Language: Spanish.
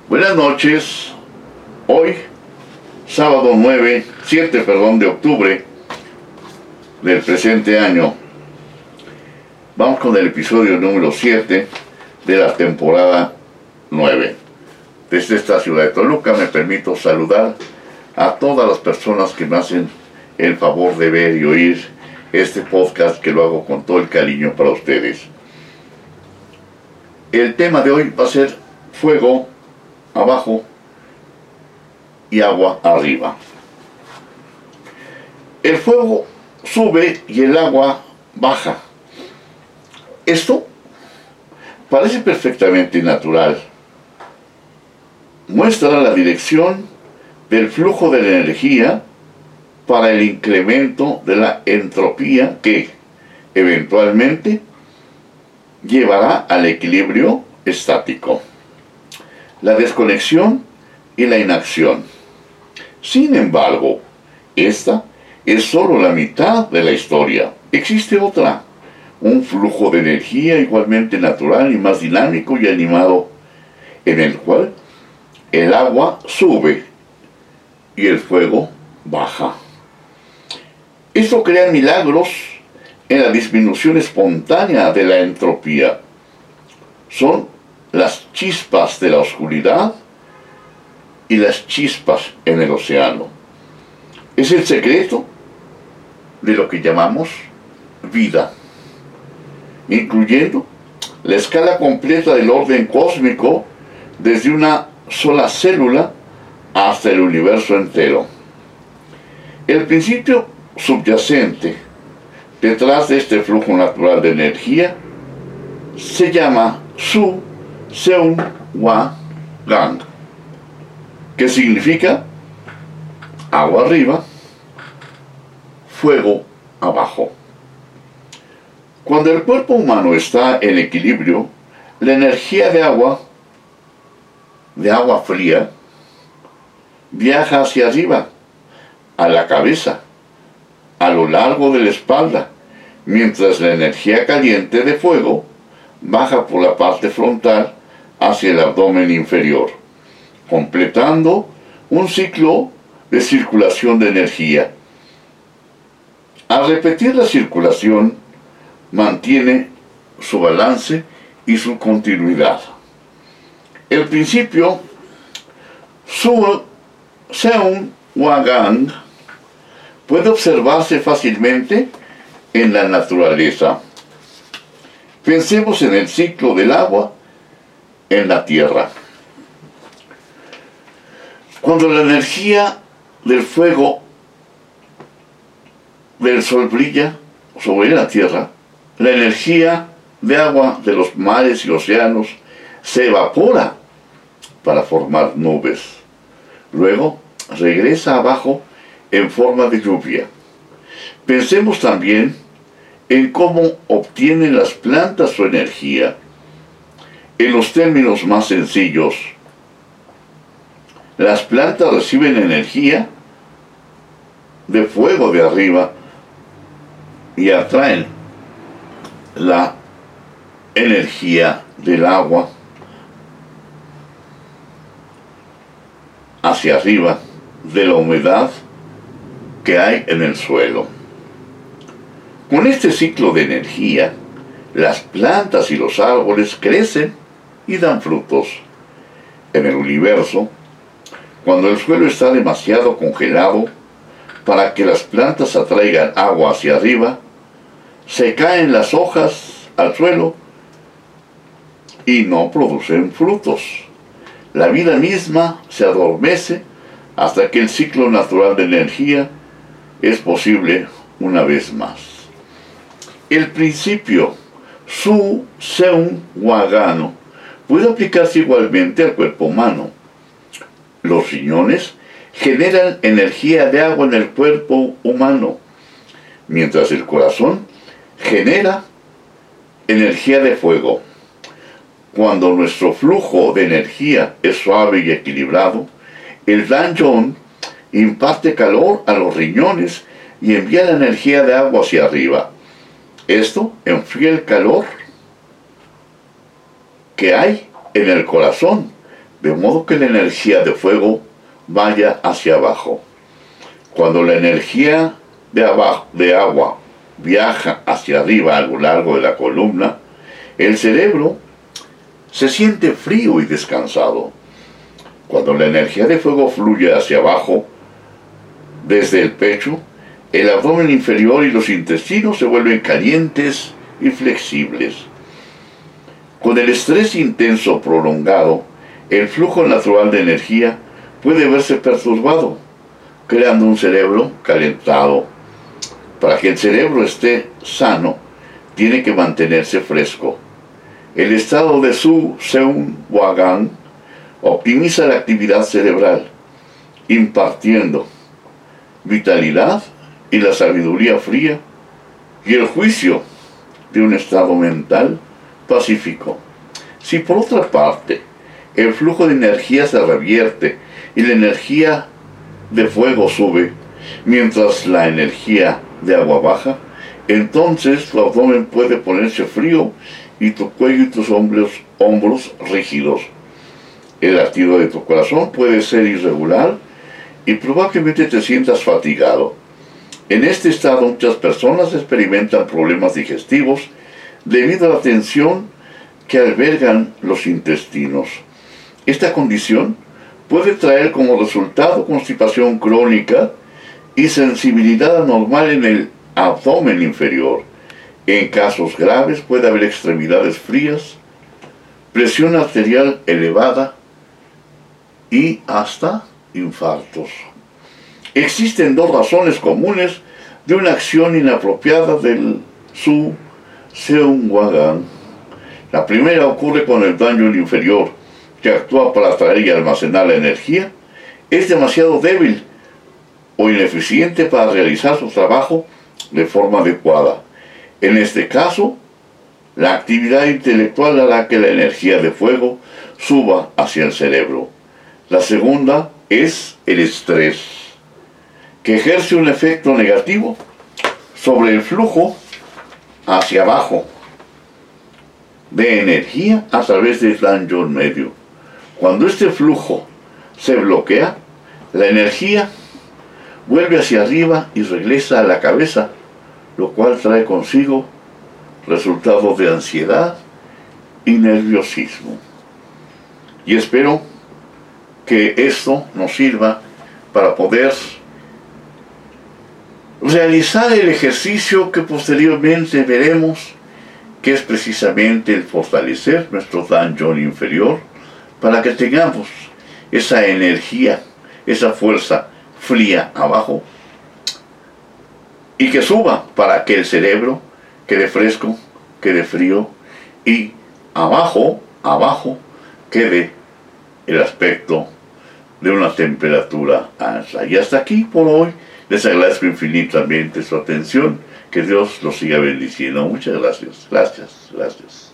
Buenas noches. Hoy, sábado 7 de octubre del presente año, vamos con el episodio número 7 de la temporada 9. Desde esta ciudad de Toluca me permito saludar a todas las personas que me hacen el favor de ver y oír este podcast, que lo hago con todo el cariño para ustedes. El tema de hoy va a ser fuego abajo y agua arriba. El fuego sube y el agua baja. Esto parece perfectamente natural. Muestra la dirección del flujo de la energía para el incremento de la entropía que eventualmente llevará al equilibrio estático, la desconexión y la inacción. Sin embargo, esta es solo la mitad de la historia. Existe otra, un flujo de energía igualmente natural y más dinámico y animado, en el cual el agua sube y el fuego baja. Esto crea milagros en la disminución espontánea de la entropía. Son las chispas de la oscuridad y las chispas en el océano. Es el secreto de lo que llamamos vida, incluyendo la escala completa del orden cósmico, desde una sola célula hasta el universo entero. El principio subyacente detrás de este flujo natural de energía se llama Su Seung Hwa Gang, que significa agua arriba, fuego abajo. Cuando el cuerpo humano está en equilibrio, la energía de agua fría, viaja hacia arriba, a la cabeza, a lo largo de la espalda, mientras la energía caliente de fuego baja por la parte frontal hacia el abdomen inferior, completando un ciclo de circulación de energía. Al repetir la circulación, mantiene su balance y su continuidad. El principio Su Seung Hwa Gang puede observarse fácilmente en la naturaleza. Pensemos en el ciclo del agua en la tierra. Cuando la energía del fuego del sol brilla sobre la tierra, la energía de agua de los mares y océanos se evapora para formar nubes. Luego regresa abajo en forma de lluvia. Pensemos también en cómo obtienen las plantas su energía. En los términos más sencillos, las plantas reciben energía de fuego de arriba y atraen la energía del agua hacia arriba de la humedad que hay en el suelo. Con este ciclo de energía, las plantas y los árboles crecen y dan frutos. En el universo, cuando el suelo está demasiado congelado para que las plantas atraigan agua hacia arriba, se caen las hojas al suelo y no producen frutos. La vida misma se adormece hasta que el ciclo natural de energía es posible una vez más. El principio Su Seung Hwa Gang puede aplicarse igualmente al cuerpo humano. Los riñones generan energía de agua en el cuerpo humano, mientras el corazón genera energía de fuego. Cuando nuestro flujo de energía es suave y equilibrado, el Dan-Yon imparte calor a los riñones y envía la energía de agua hacia arriba. Esto enfría el calor que hay en el corazón, de modo que la energía de fuego vaya hacia abajo. Cuando la energía de agua viaja hacia arriba a lo largo de la columna, el cerebro se siente frío y descansado. Cuando la energía de fuego fluye hacia abajo, desde el pecho, el abdomen inferior y los intestinos se vuelven calientes y flexibles. Con el estrés intenso prolongado, el flujo natural de energía puede verse perturbado, creando un cerebro calentado. Para que el cerebro esté sano, tiene que mantenerse fresco. El estado de Su Seung Hwa-gang optimiza la actividad cerebral, impartiendo vitalidad y la sabiduría fría y el juicio de un estado mental pacífico. Si por otra parte el flujo de energía se revierte y la energía de fuego sube, mientras la energía de agua baja, entonces tu abdomen puede ponerse frío y tu cuello y tus hombros rígidos. El latido de tu corazón puede ser irregular y probablemente te sientas fatigado. En este estado muchas personas experimentan problemas digestivos debido a la tensión que albergan los intestinos. Esta condición puede traer como resultado constipación crónica y sensibilidad anormal en el abdomen inferior. En casos graves puede haber extremidades frías, presión arterial elevada y hasta infartos. Existen dos razones comunes de una acción inapropiada del Su Seung Hwa-gang. La primera ocurre cuando el daño inferior, que actúa para atraer y almacenar la energía, es demasiado débil o ineficiente para realizar su trabajo de forma adecuada. En este caso, la actividad intelectual hará que la energía de fuego suba hacia el cerebro. La segunda es el estrés, que ejerce un efecto negativo sobre el flujo hacia abajo de energía a través del ganglion medio. Cuando este flujo se bloquea, la energía vuelve hacia arriba y regresa a la cabeza, lo cual trae consigo resultados de ansiedad y nerviosismo. Y espero que esto nos sirva para poder realizar el ejercicio que posteriormente veremos, que es precisamente el fortalecer nuestro ganglion inferior para que tengamos esa energía, esa fuerza fría abajo y que suba para que el cerebro quede fresco, quede frío y abajo quede el aspecto de una temperatura alta. Y hasta aquí por hoy. Les agradezco infinitamente su atención. Que Dios los siga bendiciendo. Muchas gracias. Gracias.